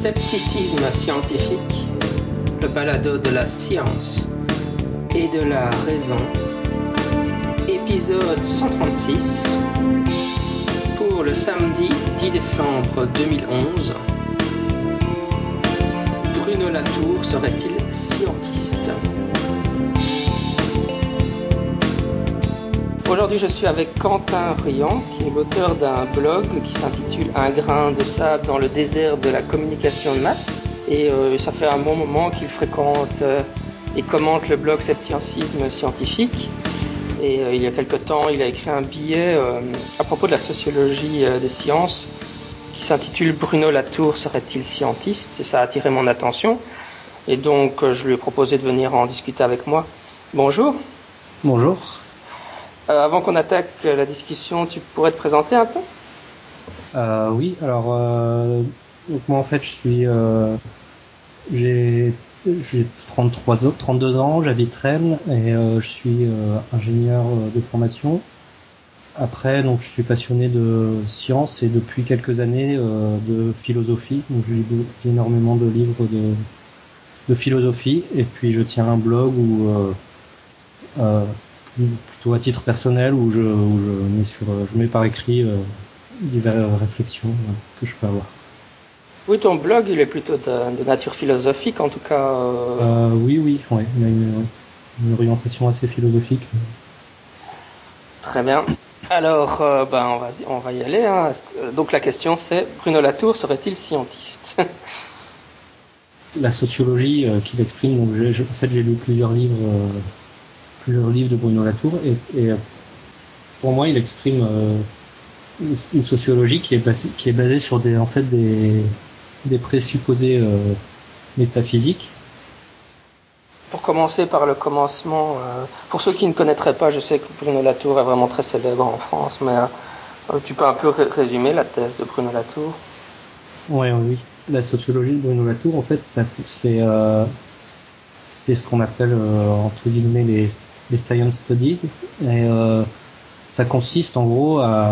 Scepticisme scientifique, le balado de la science et de la raison, épisode 136, pour le samedi 10 décembre 2011. Bruno Latour serait-il scientiste? Aujourd'hui, je suis avec Quentin Riant, qui est l'auteur d'un blog qui s'intitule Un grain de sable dans le désert de la communication de masse. Et ça fait un bon moment qu'il fréquente et commente le blog Scepticisme scientifique. Et il y a quelque temps, il a écrit un billet à propos de la sociologie des sciences qui s'intitule Bruno Latour serait-il scientiste? Et ça a attiré mon attention. Et donc, je lui ai proposé de venir en discuter avec moi. Bonjour. Bonjour. Avant qu'on attaque la discussion, tu pourrais te présenter un peu ? Oui, alors donc moi en fait j'ai 32 ans, j'habite Rennes et je suis ingénieur de formation. Après, donc je suis passionné de sciences et depuis quelques années de philosophie. Donc je lis énormément de livres de philosophie et puis je tiens un blog où plutôt à titre personnel où je mets par écrit diverses réflexions que je peux avoir. Oui, ton blog, il est plutôt de nature philosophique, en tout cas. Oui, ouais, il a une orientation assez philosophique. Très bien. Alors, on va y aller. Hein. Donc la question c'est, Bruno Latour serait-il scientiste ? La sociologie qu'il exprime, donc en fait j'ai lu plusieurs livres de Bruno Latour et pour moi il exprime une sociologie qui est basée sur des présupposés métaphysiques. Pour commencer par le commencement, pour ceux qui ne connaîtraient pas, je sais que Bruno Latour est vraiment très célèbre en France, mais tu peux un peu résumer la thèse de Bruno Latour ? Oui. La sociologie de Bruno Latour, en fait, c'est ce qu'on appelle entre guillemets les science studies, et ça consiste en gros à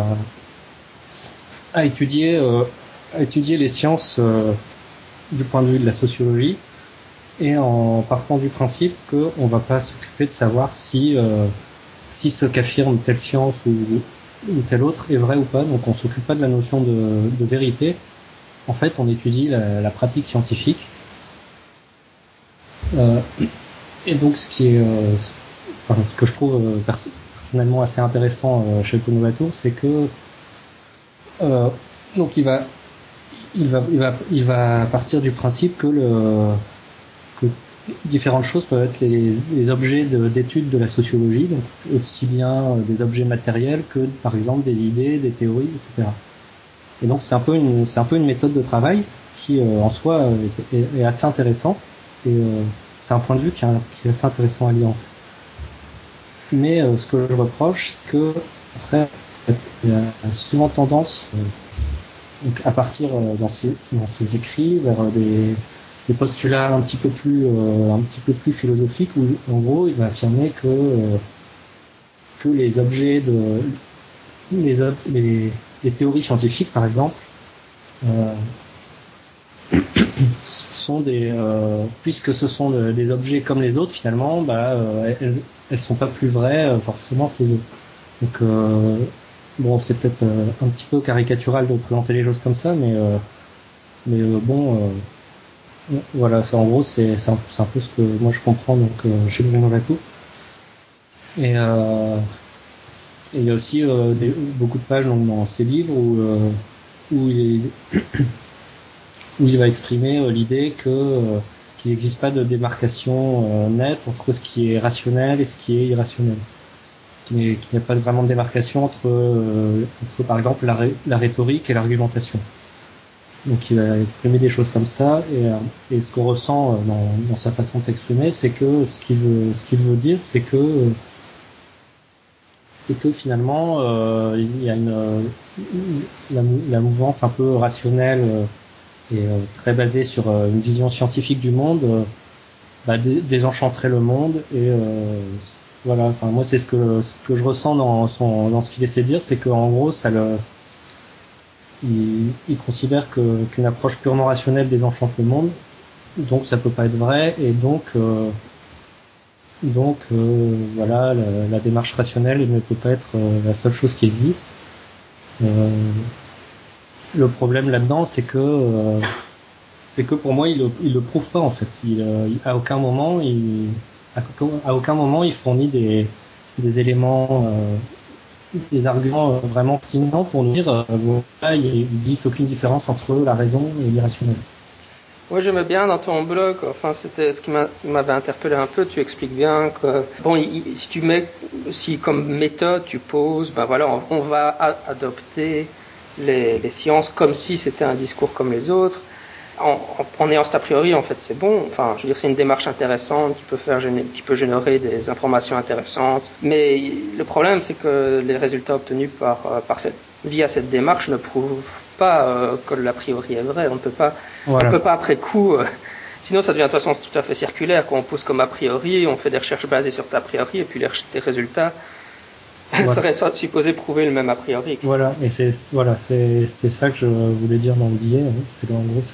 étudier les sciences du point de vue de la sociologie, et en partant du principe qu'on va pas s'occuper de savoir si ce qu'affirme telle science ou telle autre est vrai ou pas. Donc on s'occupe pas de la notion de vérité. En fait, on étudie la pratique scientifique. Et donc ce que je trouve personnellement assez intéressant chez Bruno Latour, c'est que donc il va partir du principe que différentes choses peuvent être les objets d'étude de la sociologie, donc aussi bien des objets matériels que par exemple des idées, des théories, etc. Et donc c'est un peu une méthode de travail qui en soi est assez intéressante, et c'est un point de vue qui est assez intéressant à lire en fait. Mais ce que je reproche, c'est que après il y a souvent tendance donc à partir dans ses écrits vers des postulats un petit peu plus philosophiques, où en gros il va affirmer que les objets les théories scientifiques par exemple sont puisque ce sont des objets comme les autres, finalement elles sont pas plus vraies forcément que les autres. Donc bon, c'est peut-être un petit peu caricatural de présenter les choses comme ça, mais voilà, ça en gros c'est un peu ce que moi je comprends donc chez Bruno Latour. Et il y a aussi beaucoup de pages donc, dans ses livres où il va exprimer l'idée qu'il n'existe pas de démarcation nette entre ce qui est rationnel et ce qui est irrationnel. Qu'il n'y a pas vraiment de démarcation entre par exemple la rhétorique et l'argumentation. Donc il va exprimer des choses comme ça, et ce qu'on ressent dans sa façon de s'exprimer, c'est que ce qu'il veut dire, c'est que finalement il y a la mouvance un peu rationnelle et très basée sur une vision scientifique du monde désenchanterait le monde, et voilà, enfin moi c'est ce que je ressens dans ce qu'il essaie de dire, c'est que en gros il considère qu'une approche purement rationnelle désenchante le monde, donc ça peut pas être vrai, et donc voilà, la démarche rationnelle ne peut pas être la seule chose qui existe. Le problème là-dedans, c'est que pour moi, il le prouve pas en fait. À aucun moment, il fournit des éléments, des arguments vraiment pertinents pour nous dire voilà, il n'existe aucune différence entre la raison et l'irrationnel. Moi, j'aimais bien dans ton blog, enfin, c'était ce qui m'avait interpellé un peu. Tu expliques bien que, bon, si comme méthode tu poses, ben voilà, on va adopter les sciences comme si c'était un discours comme les autres. En ayant cet a priori, en fait, c'est bon. Enfin, je veux dire, c'est une démarche intéressante qui peut générer des informations intéressantes. Mais le problème, c'est que les résultats obtenus via cette démarche ne prouvent pas que l'a priori est vrai. On ne peut pas après coup. Sinon, ça devient de toute façon tout à fait circulaire. Quand on pousse comme a priori, on fait des recherches basées sur ta priori, et puis les résultats seraient supposés prouver le même a priori. Voilà, et c'est ça que je voulais dire dans le billet. C'est en gros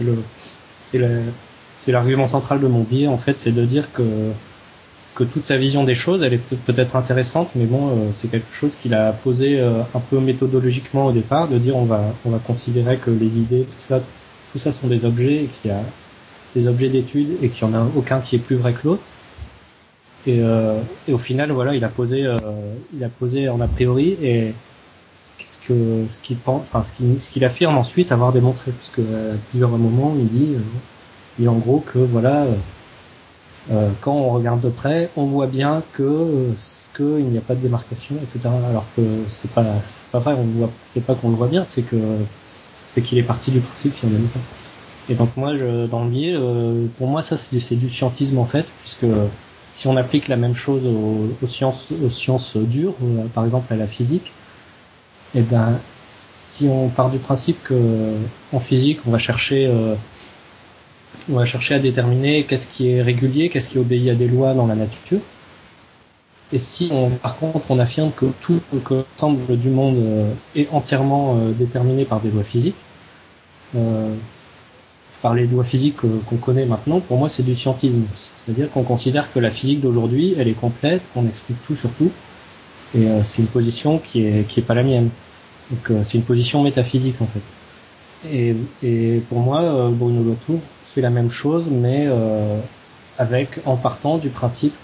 c'est l'argument central de mon billet en fait, c'est de dire que toute sa vision des choses, elle est peut-être intéressante, mais bon, c'est quelque chose qu'il a posé un peu méthodologiquement au départ, de dire on va considérer que les idées, tout ça sont des objets, et qu'il y a des objets d'étude et qu'il y en a aucun qui est plus vrai que l'autre. Et au final, voilà, il a posé en a priori, et ce qu'il affirme ensuite avoir démontré, puisque à plusieurs moments il dit en gros que voilà, quand on regarde de près, on voit bien qu'il n'y a pas de démarcation, etc. Alors que c'est pas vrai, c'est pas qu'on le voit bien, c'est qu'il est parti du principe qu'il n'y en a pas. Et donc moi, dans le biais, pour moi ça c'est du scientisme en fait, puisque si on applique la même chose aux sciences dures, par exemple à la physique, et ben si on part du principe que en physique on va chercher à déterminer qu'est-ce qui est régulier, qu'est-ce qui obéit à des lois dans la nature, et si par contre on affirme que tout l'ensemble du monde est entièrement déterminé par des lois physiques, par les lois physiques qu'on connaît maintenant, pour moi c'est du scientisme. C'est-à-dire qu'on considère que la physique d'aujourd'hui, elle est complète, qu'on explique tout sur tout, et c'est une position qui est pas la mienne. Donc c'est une position métaphysique en fait. Et pour moi, Bruno Latour fait la même chose, mais en partant du principe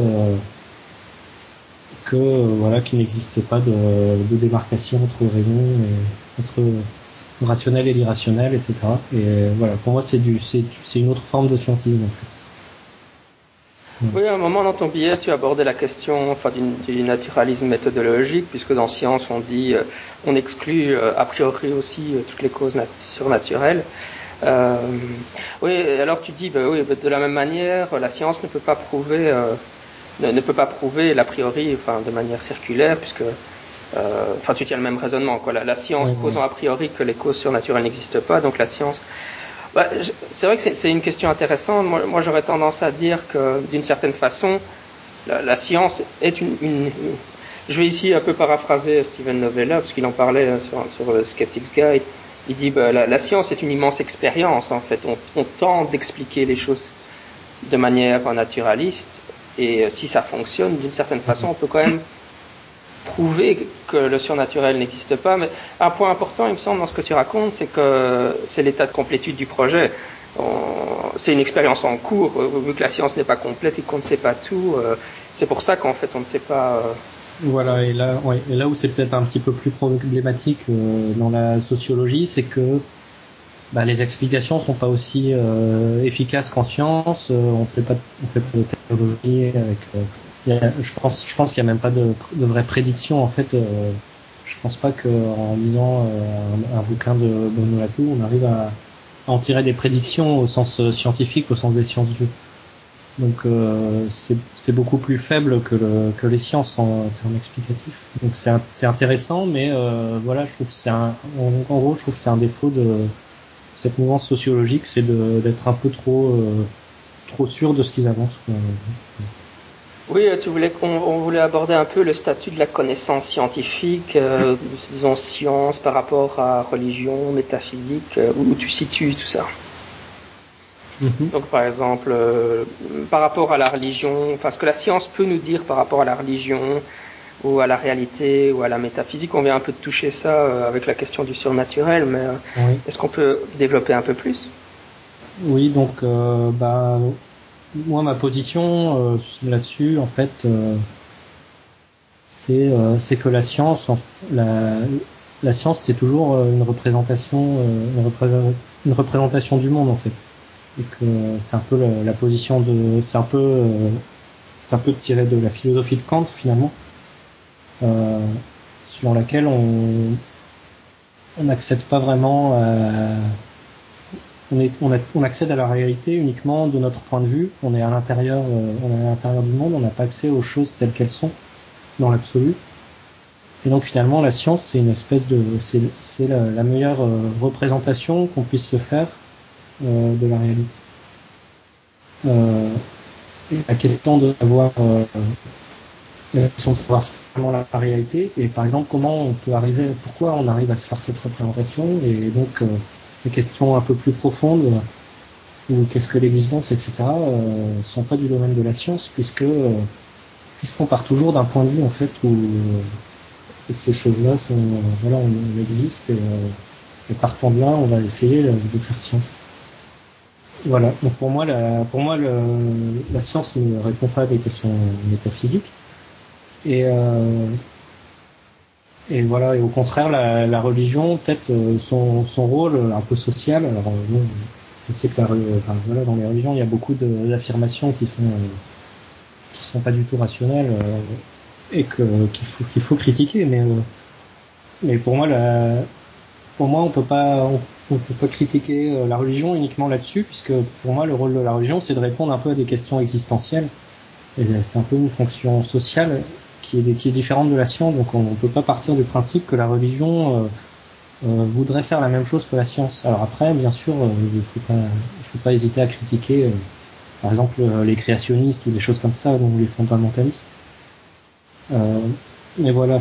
voilà, qu'il n'existe pas de démarcation entre raison et entre le rationnel et l'irrationnel, etc. Et voilà, pour moi c'est une autre forme de scientisme en fait. Oui, à un moment dans ton billet, tu abordais la question du naturalisme méthodologique, puisque dans science, on dit, on exclut a priori aussi toutes les causes surnaturelles. Oui, alors tu dis, de la même manière, la science ne peut pas prouver, l'a priori, de manière circulaire, puisque, tu tiens le même raisonnement, quoi. La science posant a priori que les causes surnaturelles n'existent pas, donc la science. C'est vrai que c'est une question intéressante. Moi, j'aurais tendance à dire que, d'une certaine façon, la science est Je vais ici un peu paraphraser Steven Novella, parce qu'il en parlait sur le Skeptic's Guide. Il dit la science est une immense expérience, en fait. On tente d'expliquer les choses de manière naturaliste, et si ça fonctionne, d'une certaine façon, on peut quand même prouver que le surnaturel n'existe pas. Mais un point important, il me semble, dans ce que tu racontes, c'est que c'est l'état de complétude du projet. C'est une expérience en cours, vu que la science n'est pas complète et qu'on ne sait pas tout. C'est pour ça qu'en fait, on ne sait pas. Voilà, et là où c'est peut-être un petit peu plus problématique dans la sociologie, c'est que les explications sont pas aussi efficaces qu'en science. On fait pas de technologie avec. Je pense qu'il y a même pas de vraie prédiction en fait. Je pense pas qu'en lisant un bouquin de Bruno Latour, on arrive à en tirer des prédictions au sens scientifique, au sens des sciences dures. Donc c'est beaucoup plus faible que les sciences en termes explicatifs. Donc c'est intéressant, mais voilà, je trouve que en gros je trouve que c'est un défaut de cette mouvance sociologique, c'est d'être un peu trop sûr de ce qu'ils avancent. Oui, on voulait aborder un peu le statut de la connaissance scientifique, disons science par rapport à religion, métaphysique, où tu situes tout ça. Donc par exemple, par rapport à la religion, enfin ce que la science peut nous dire par rapport à la religion, ou à la réalité, ou à la métaphysique, on vient un peu de toucher ça avec la question du surnaturel, mais Oui. est-ce qu'on peut développer un peu plus? Oui, donc moi ma position là-dessus en fait c'est que la science la science c'est toujours une représentation une représentation du monde en fait, et que c'est un peu la position de c'est un peu tiré de la philosophie de Kant finalement, sur laquelle on n'accède pas vraiment on accède à la réalité uniquement de notre point de vue. On est à l'intérieur du monde, on n'a pas accès aux choses telles qu'elles sont dans l'absolu. Et donc finalement, la science, c'est une espèce de, c'est la meilleure représentation qu'on puisse se faire de la réalité. La question de savoir, la question de savoir vraiment la réalité, et par exemple comment on peut arriver, pourquoi on arrive à se faire cette représentation, et donc les questions un peu plus profondes, ou qu'est-ce que l'existence, etc., sont pas du domaine de la science, puisqu'on part toujours d'un point de vue en fait où ces choses-là sont, voilà, on existe, et partant de là, on va essayer de faire science. Voilà. Donc pour moi, la science ne répond pas à des questions métaphysiques, et voilà. Et au contraire, la religion, peut-être son rôle un peu social. Alors bon, je sais que voilà, dans les religions, il y a beaucoup d'affirmations qui sont pas du tout rationnelles, et qu'il faut critiquer. Mais pour moi, on peut pas critiquer la religion uniquement là-dessus, puisque pour moi, le rôle de la religion, c'est de répondre un peu à des questions existentielles. Et c'est un peu une fonction sociale qui est différente de la science. Donc on peut pas partir du principe que la religion voudrait faire la même chose que la science. Alors après, bien sûr, il faut pas hésiter à critiquer, par exemple, les créationnistes ou des choses comme ça, ou les fondamentalistes. Mais voilà,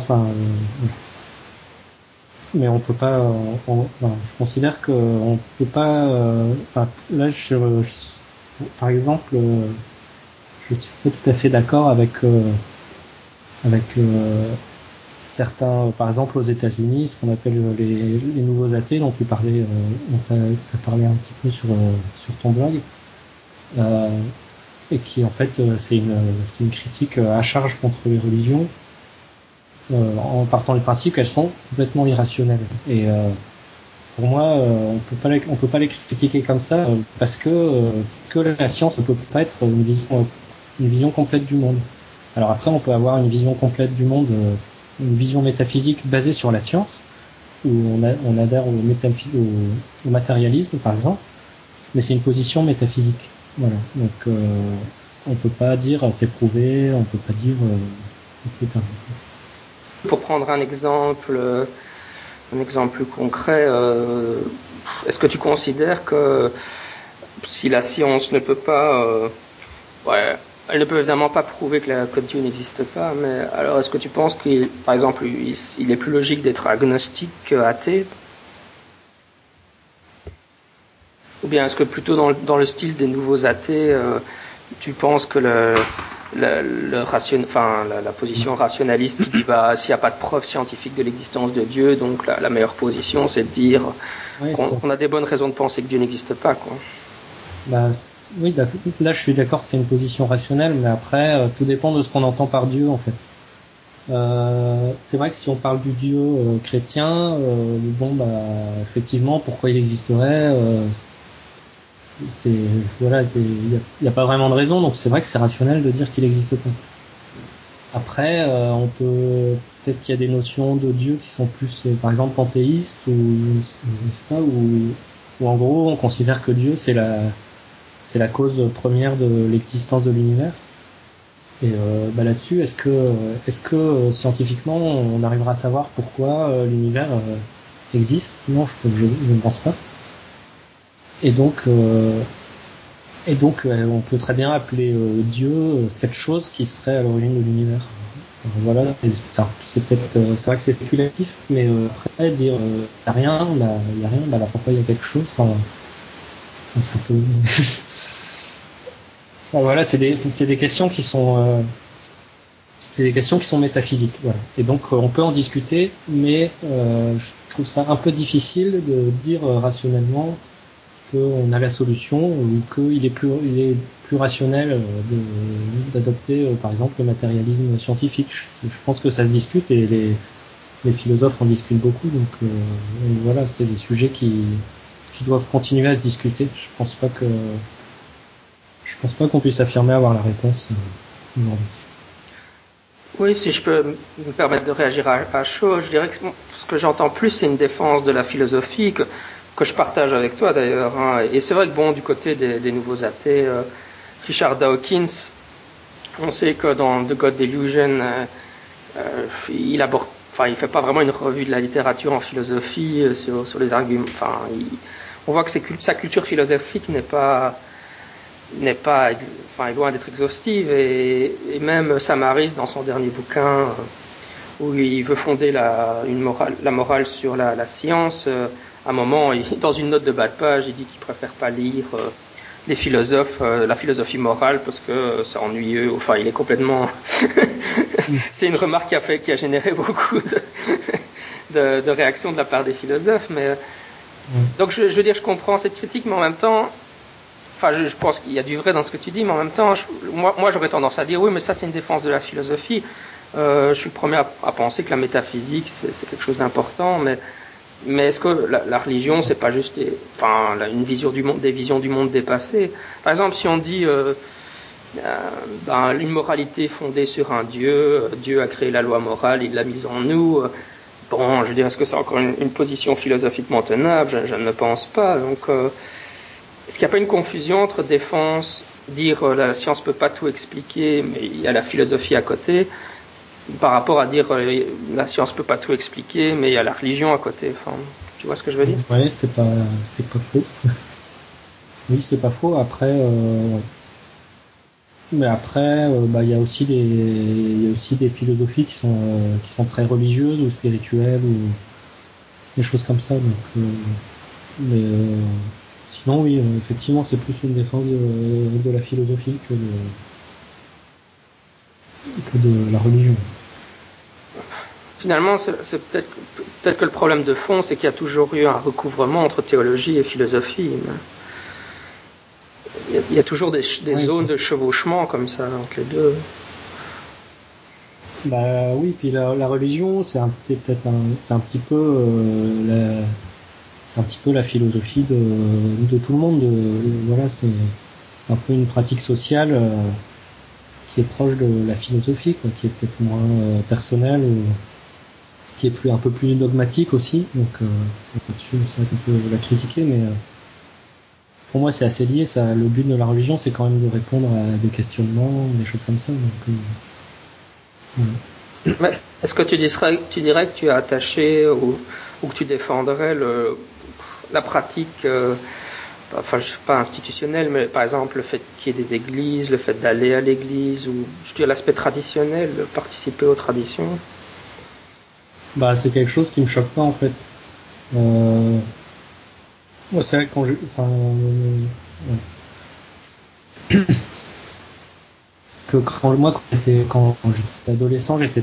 mais on peut pas. Je considère que on peut pas. Là, par exemple, je suis pas tout à fait d'accord avec certains, par exemple aux États-Unis, ce qu'on appelle les nouveaux athées dont tu parlais, dont t'as parlé un petit peu sur ton blog, et qui en fait c'est une critique à charge contre les religions, en partant du principe qu'elles sont complètement irrationnelles. Et pour moi, on peut pas les critiquer comme ça, parce que la science ne peut pas être une vision complète du monde. Alors après, on peut avoir une vision complète du monde, une vision métaphysique basée sur la science, où on adhère au matérialisme, par exemple, mais c'est une position métaphysique. Voilà. Donc, on peut pas dire c'est prouvé, on peut pas dire, etc. Pour prendre un exemple plus concret, est-ce que tu considères que si la science ne peut pas, elle ne peut évidemment pas prouver que Dieu n'existe pas, mais alors est-ce que tu penses qu'il, par exemple, il est plus logique d'être agnostique qu'athée? Ou bien est-ce que plutôt dans le style des nouveaux athées, tu penses que la position rationaliste qui dit s'il n'y a pas de preuve scientifique de l'existence de Dieu, donc la meilleure position c'est de dire qu'on a des bonnes raisons de penser que Dieu n'existe pas, quoi. Oui, là je suis d'accord que c'est une position rationnelle, mais après tout dépend de ce qu'on entend par Dieu en fait. C'est vrai que si on parle du Dieu chrétien, effectivement, pourquoi il existerait, il y a pas vraiment de raison, donc c'est vrai que c'est rationnel de dire qu'il n'existe pas. Après, on peut peut-être qu'il y a des notions de Dieu qui sont plus, par exemple, panthéistes, ou je sais pas, ou en gros on considère que Dieu c'est la cause première de l'existence de l'univers. Et là-dessus, est-ce que scientifiquement on arrivera à savoir pourquoi l'univers existe? Non, je ne pense pas. Et donc Et donc, on peut très bien appeler Dieu cette chose qui serait à l'origine de l'univers. Voilà, c'est peut-être, c'est vrai que c'est spéculatif, mais après dire y a rien, alors pourquoi il y a quelque chose, ça peut. Voilà, c'est des questions qui sont métaphysiques, voilà. Et donc on peut en discuter, mais je trouve ça un peu difficile de dire rationnellement qu'on a la solution ou il est plus rationnel d'adopter par exemple le matérialisme scientifique. Je pense que ça se discute et les philosophes en discutent beaucoup, donc voilà, c'est des sujets qui doivent continuer à se discuter. Je pense pas qu'on puisse affirmer avoir la réponse aujourd'hui. Oui, si je peux me permettre de réagir à chaud, je dirais que ce que j'entends plus, c'est une défense de la philosophie que je partage avec toi d'ailleurs. Hein. Et c'est vrai que bon, du côté des nouveaux athées, Richard Dawkins, on sait que dans The God Delusion, il fait pas vraiment une revue de la littérature en philosophie sur les arguments. On voit que sa culture philosophique n'est est loin d'être exhaustive, et même Sam Harris dans son dernier bouquin où il veut fonder la morale sur la science, à un moment, dans une note de bas de page, il dit qu'il préfère pas lire les philosophes, la philosophie morale, parce que c'est ennuyeux. Enfin, il est complètement c'est une remarque qui a généré beaucoup de réactions de la part des philosophes, mais donc je veux dire, je comprends cette critique, mais en même temps, je pense qu'il y a du vrai dans ce que tu dis, mais en même temps, moi j'aurais tendance à dire oui, mais ça c'est une défense de la philosophie. Je suis le premier à penser que la métaphysique c'est quelque chose d'important, mais est-ce que la religion c'est pas juste une vision du monde, des visions du monde dépassées? Par exemple, si on dit une moralité fondée sur un Dieu, Dieu a créé la loi morale, il l'a mise en nous. Bon, je veux dire, est-ce que c'est encore une position philosophiquement tenable? Je ne le pense pas. Donc est-ce qu'il n'y a pas une confusion entre défense, dire la science peut pas tout expliquer, mais il y a la philosophie à côté, par rapport à dire la science peut pas tout expliquer, mais il y a la religion à côté. Tu vois ce que je veux dire? Ouais, c'est pas faux. Oui, c'est pas faux. Après, mais après, il y a aussi des philosophies qui sont très religieuses ou spirituelles ou des choses comme ça. Donc, mais sinon, oui, effectivement, c'est plus une défense de la philosophie que de la religion. Finalement, c'est peut-être que le problème de fond, c'est qu'il y a toujours eu un recouvrement entre théologie et philosophie. Il y a toujours des zones de chevauchement comme ça entre les deux. Bah oui, puis la religion, c'est un petit peu c'est un petit peu la philosophie de tout le monde. Voilà, c'est un peu une pratique sociale qui est proche de la philosophie, quoi, qui est peut-être moins personnelle, ou qui est un peu plus dogmatique aussi. Donc là-dessus, c'est vrai qu'on peut la critiquer, mais pour moi, c'est assez lié. Ça, le but de la religion, c'est quand même de répondre à des questionnements, des choses comme ça. Donc, ouais. Est-ce que tu dirais que tu es attaché ou que tu défendrais la pratique, je sais pas institutionnelle, mais par exemple le fait qu'il y ait des églises, le fait d'aller à l'église, ou je veux dire l'aspect traditionnel, de participer aux traditions? c'est quelque chose qui me choque pas en fait. C'est vrai que quand j'étais adolescent, j'étais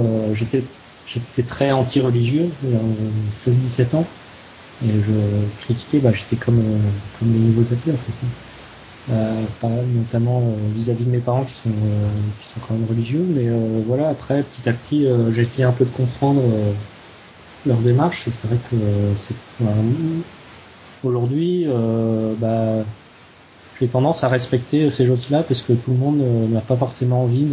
très anti-religieux, 16-17 ans, et je critiquais, j'étais comme les nouveaux athées en fait. Notamment vis-à-vis de mes parents qui sont quand même religieux, mais voilà, après petit à petit j'ai essayé un peu de comprendre leur démarche, et c'est vrai que aujourd'hui j'ai tendance à respecter ces choses-là parce que tout le monde n'a pas forcément envie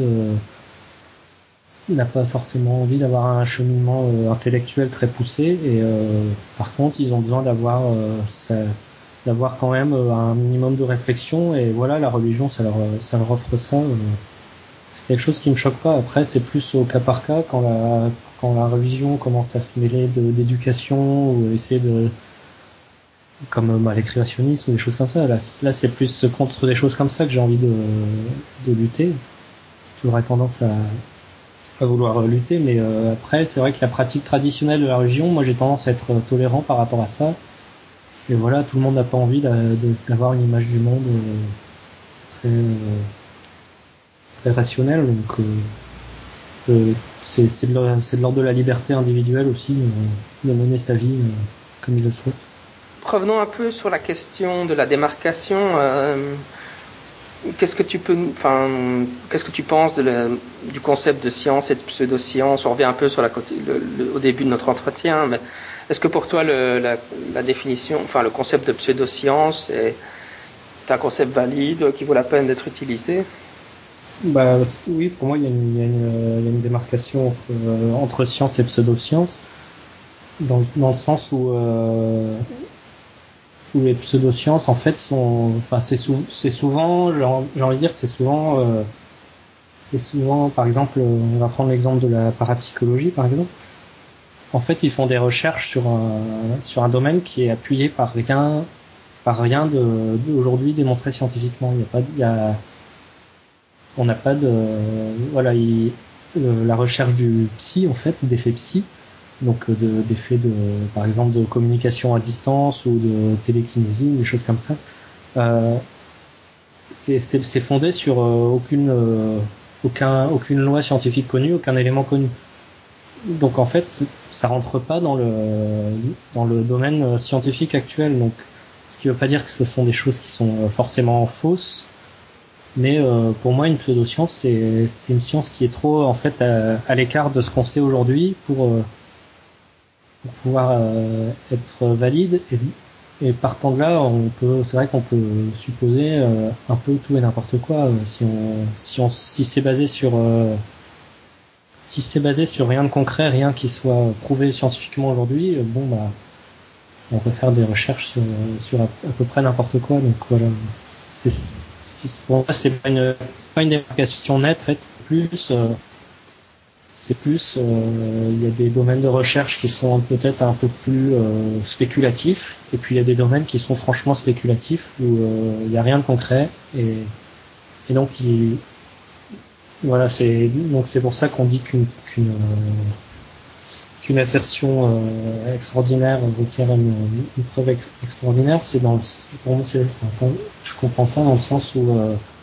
d'avoir un cheminement intellectuel très poussé, et par contre ils ont besoin d'avoir quand même un minimum de réflexion, et voilà, la religion ça leur offre ça. C'est quelque chose qui me choque pas. Après, c'est plus au cas par cas quand la religion commence à se mêler d'éducation, ou essayer comme les créationnistes ou des choses comme ça. Là, c'est plus contre des choses comme ça que j'ai envie de lutter. J'aurais tendance à vouloir lutter, mais après, c'est vrai que la pratique traditionnelle de la religion, moi, j'ai tendance à être tolérant par rapport à ça. Et voilà, tout le monde n'a pas envie d'avoir une image du monde très très rationnelle, donc c'est de l'ordre de la liberté individuelle aussi de mener sa vie comme il le souhaite. Revenons un peu sur la question de la démarcation. Qu'est-ce que tu penses du concept de science et de pseudo-science? On revient un peu sur au début de notre entretien, mais est-ce que pour toi la définition, le concept de pseudo-science est un concept valide qui vaut la peine d'être utilisé? Bah oui, pour moi il y a une démarcation entre science et pseudo-science dans le sens où les pseudosciences en fait c'est souvent j'ai envie de dire c'est souvent par exemple on va prendre l'exemple de la parapsychologie par exemple. En fait ils font des recherches sur un domaine qui est appuyé par rien d'aujourd'hui démontré scientifiquement. On n'a pas de la recherche du psy en fait, d'effets psy, donc d'effets par exemple de communication à distance ou de télékinésie, des choses comme ça. C'est fondé sur aucune loi scientifique connue, aucun élément connu. Donc en fait, ça rentre pas dans le domaine scientifique actuel. Donc, ce qui veut pas dire que ce sont des choses qui sont forcément fausses. Mais pour moi, une pseudo-science, c'est une science qui est trop en fait à l'écart de ce qu'on sait aujourd'hui pour pouvoir être valide. Et partant de là, c'est vrai qu'on peut supposer un peu tout et n'importe quoi si c'est basé sur rien de concret, rien qui soit prouvé scientifiquement aujourd'hui. On peut faire des recherches sur à peu près n'importe quoi. Donc voilà. Pour moi, c'est pas une démarcation nette, en fait. C'est plus, il y a des domaines de recherche qui sont peut-être un peu plus spéculatifs, et puis il y a des domaines qui sont franchement spéculatifs où il n'y a rien de concret, et donc c'est pour ça qu'on dit qu'une assertion extraordinaire requiert une preuve extraordinaire. Pour moi, je comprends ça dans le sens où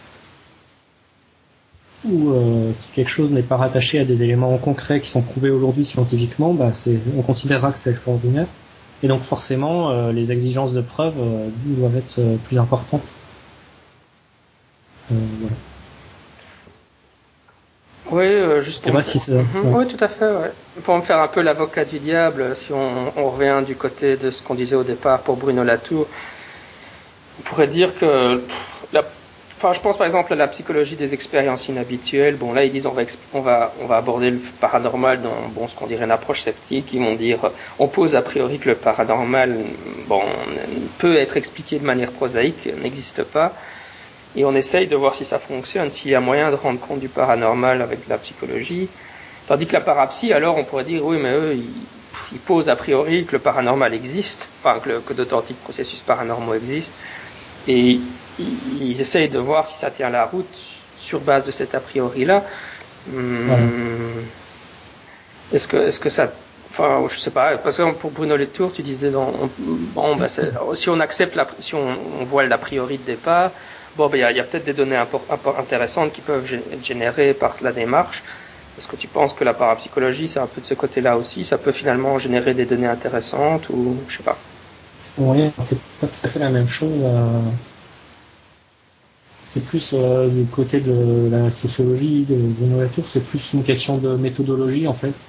si quelque chose n'est pas rattaché à des éléments concrets qui sont prouvés aujourd'hui scientifiquement, on considérera que c'est extraordinaire. Et donc forcément, les exigences de preuve doivent être plus importantes. Voilà. Oui, juste c'est vrai si c'est... Oui, tout à fait. Ouais. Pour me faire un peu l'avocat du diable, si on revient du côté de ce qu'on disait au départ pour Bruno Latour, on pourrait dire que je pense par exemple à la psychologie des expériences inhabituelles. Bon, là, ils disent on va aborder le paranormal dans ce qu'on dirait une approche sceptique. Ils vont dire, on pose a priori que le paranormal, peut être expliqué de manière prosaïque, n'existe pas. Et on essaye de voir si ça fonctionne, s'il y a moyen de rendre compte du paranormal avec de la psychologie. Tandis que la parapsie, alors, on pourrait dire, oui, mais eux, ils posent a priori que le paranormal existe, que d'authentiques processus paranormaux existent. Et ils essayent de voir si ça tient la route sur base de cet a priori-là. Est-ce que ça... je sais pas, parce que pour Bruno Latour, tu disais, si on accepte, si on voit l'a priori de départ, il y a peut-être des données intéressantes qui peuvent être générées par la démarche. Est-ce que tu penses que la parapsychologie, c'est un peu de ce côté-là aussi? Ça peut finalement générer des données intéressantes ou je sais pas. Oui, c'est pas tout à fait la même chose. C'est plus du côté de la sociologie de Bruno Latour, c'est plus une question de méthodologie en fait.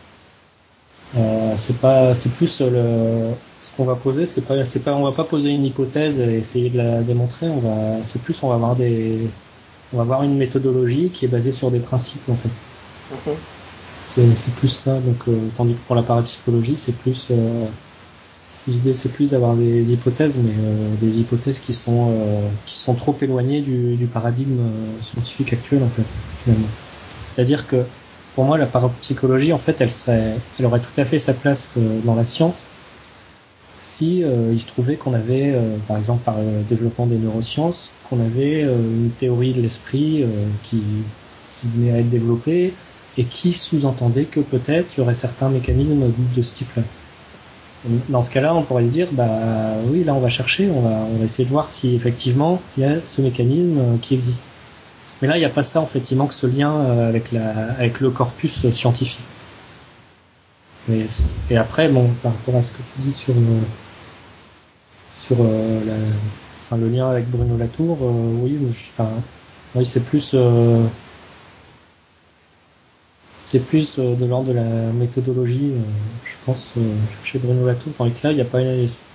C'est plus ce qu'on va poser, on va pas poser une hypothèse et essayer de la démontrer. On va avoir une méthodologie qui est basée sur des principes en fait. C'est plus ça. Donc tandis que pour la parapsychologie, c'est plus l'idée, c'est plus d'avoir des hypothèses, mais des hypothèses qui sont trop éloignées du paradigme scientifique actuel en fait. Finalement. C'est-à-dire que pour moi, la parapsychologie, en fait, elle aurait tout à fait sa place dans la science, si il se trouvait qu'on avait, par exemple par le développement des neurosciences, qu'on avait une théorie de l'esprit qui venait à être développée et qui sous-entendait que peut-être il y aurait certains mécanismes de ce type-là. Dans ce cas-là, on pourrait se dire, bah oui, là on va chercher, on va essayer de voir si effectivement il y a ce mécanisme qui existe. Mais là, il n'y a pas ça, en fait, il manque ce lien avec le corpus scientifique. Et après, bon, par rapport à ce que tu dis sur le lien avec Bruno Latour, oui, oui, c'est plus de l'ordre de la méthodologie, je pense, chez Bruno Latour. Tandis que là, il n'y a pas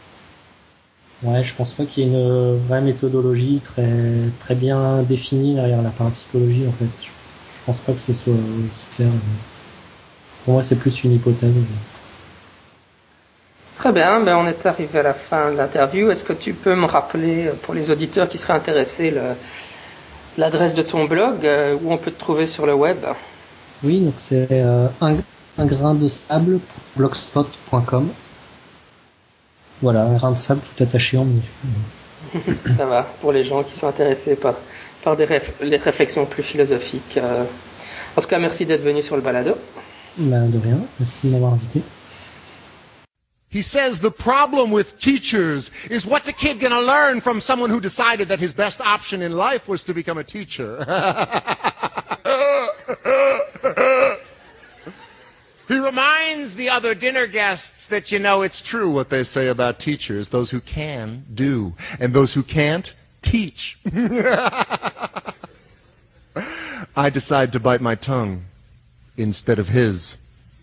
je pense pas qu'il y ait une vraie méthodologie très, très bien définie derrière la parapsychologie, en fait. Je pense pas que ce soit aussi clair. Pour moi, c'est plus une hypothèse. Très bien, ben on est arrivé à la fin de l'interview. Est-ce que tu peux me rappeler, pour les auditeurs qui seraient intéressés, l'adresse de ton blog, où on peut te trouver sur le web? Oui, donc c'est un grain de sable blogspot.com. Voilà, un grain de sable tout attaché en minuscule. Ça va, pour les gens qui sont intéressés par les réflexions plus philosophiques. En tout cas, merci d'être venu sur le balado. Ben, de rien, merci de m'avoir invité. He says the problem with teachers is what's a kid going to learn from someone who decided that his best option in life was to become a teacher? He reminds the other dinner guests that, you know, it's true what they say about teachers. Those who can, do. And those who can't, teach. I decide to bite my tongue instead of his.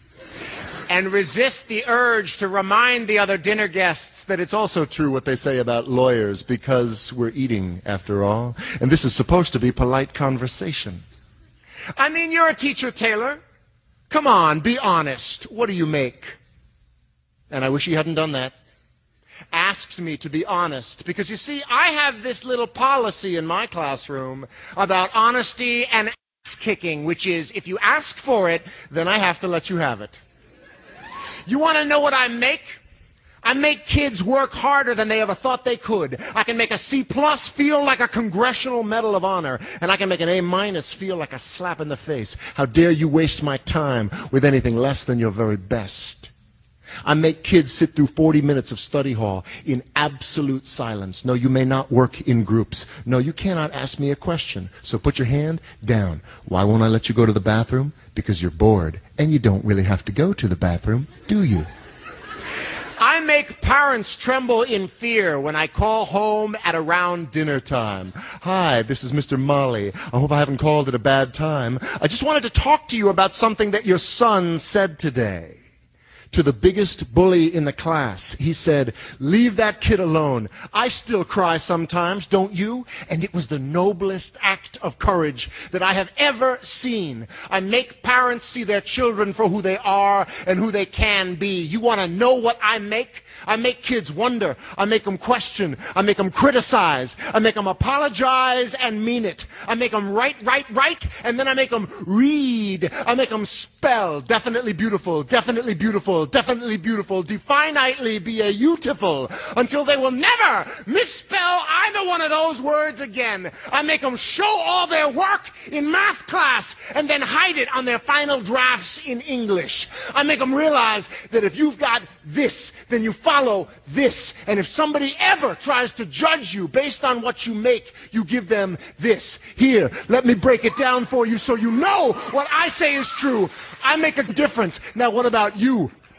And resist the urge to remind the other dinner guests that it's also true what they say about lawyers, because we're eating, after all. And this is supposed to be polite conversation. I mean, you're a teacher, Taylor. Come on, be honest. What do you make? And I wish he hadn't done that. Asked me to be honest. Because you see, I have this little policy in my classroom about honesty and ass-kicking, which is, if you ask for it, then I have to let you have it. You want to know what I make? I make kids work harder than they ever thought they could. I can make a C+ feel like a Congressional Medal of Honor, and I can make an A- feel like a slap in the face. How dare you waste my time with anything less than your very best? I make kids sit through 40 minutes of study hall in absolute silence. No, you may not work in groups. No, you cannot ask me a question. So put your hand down. Why won't I let you go to the bathroom? Because you're bored, and you don't really have to go to the bathroom, do you? I make parents tremble in fear when I call home at around dinner time. Hi, this is Mr. Molly. I hope I haven't called at a bad time. I just wanted to talk to you about something that your son said today. To the biggest bully in the class, he said, "Leave that kid alone. I still cry sometimes, don't you?" And it was the noblest act of courage that I have ever seen. I make parents see their children for who they are and who they can be. You want to know what I make? I make kids wonder. I make them question. I make them criticize. I make them apologize and mean it. I make them write, and then I make them read. I make them spell. Definitely beautiful, definitely beautiful, definitely beautiful, definitely beautiful, until they will never misspell either one of those words again. I make them show all their work in math class and then hide it on their final drafts in English. I make them realize that if you've got this, then you follow this. And if somebody ever tries to judge you based on what you make, you give them this. Here, let me break it down for you so you know what I say is true. I make a difference. Now, what about you?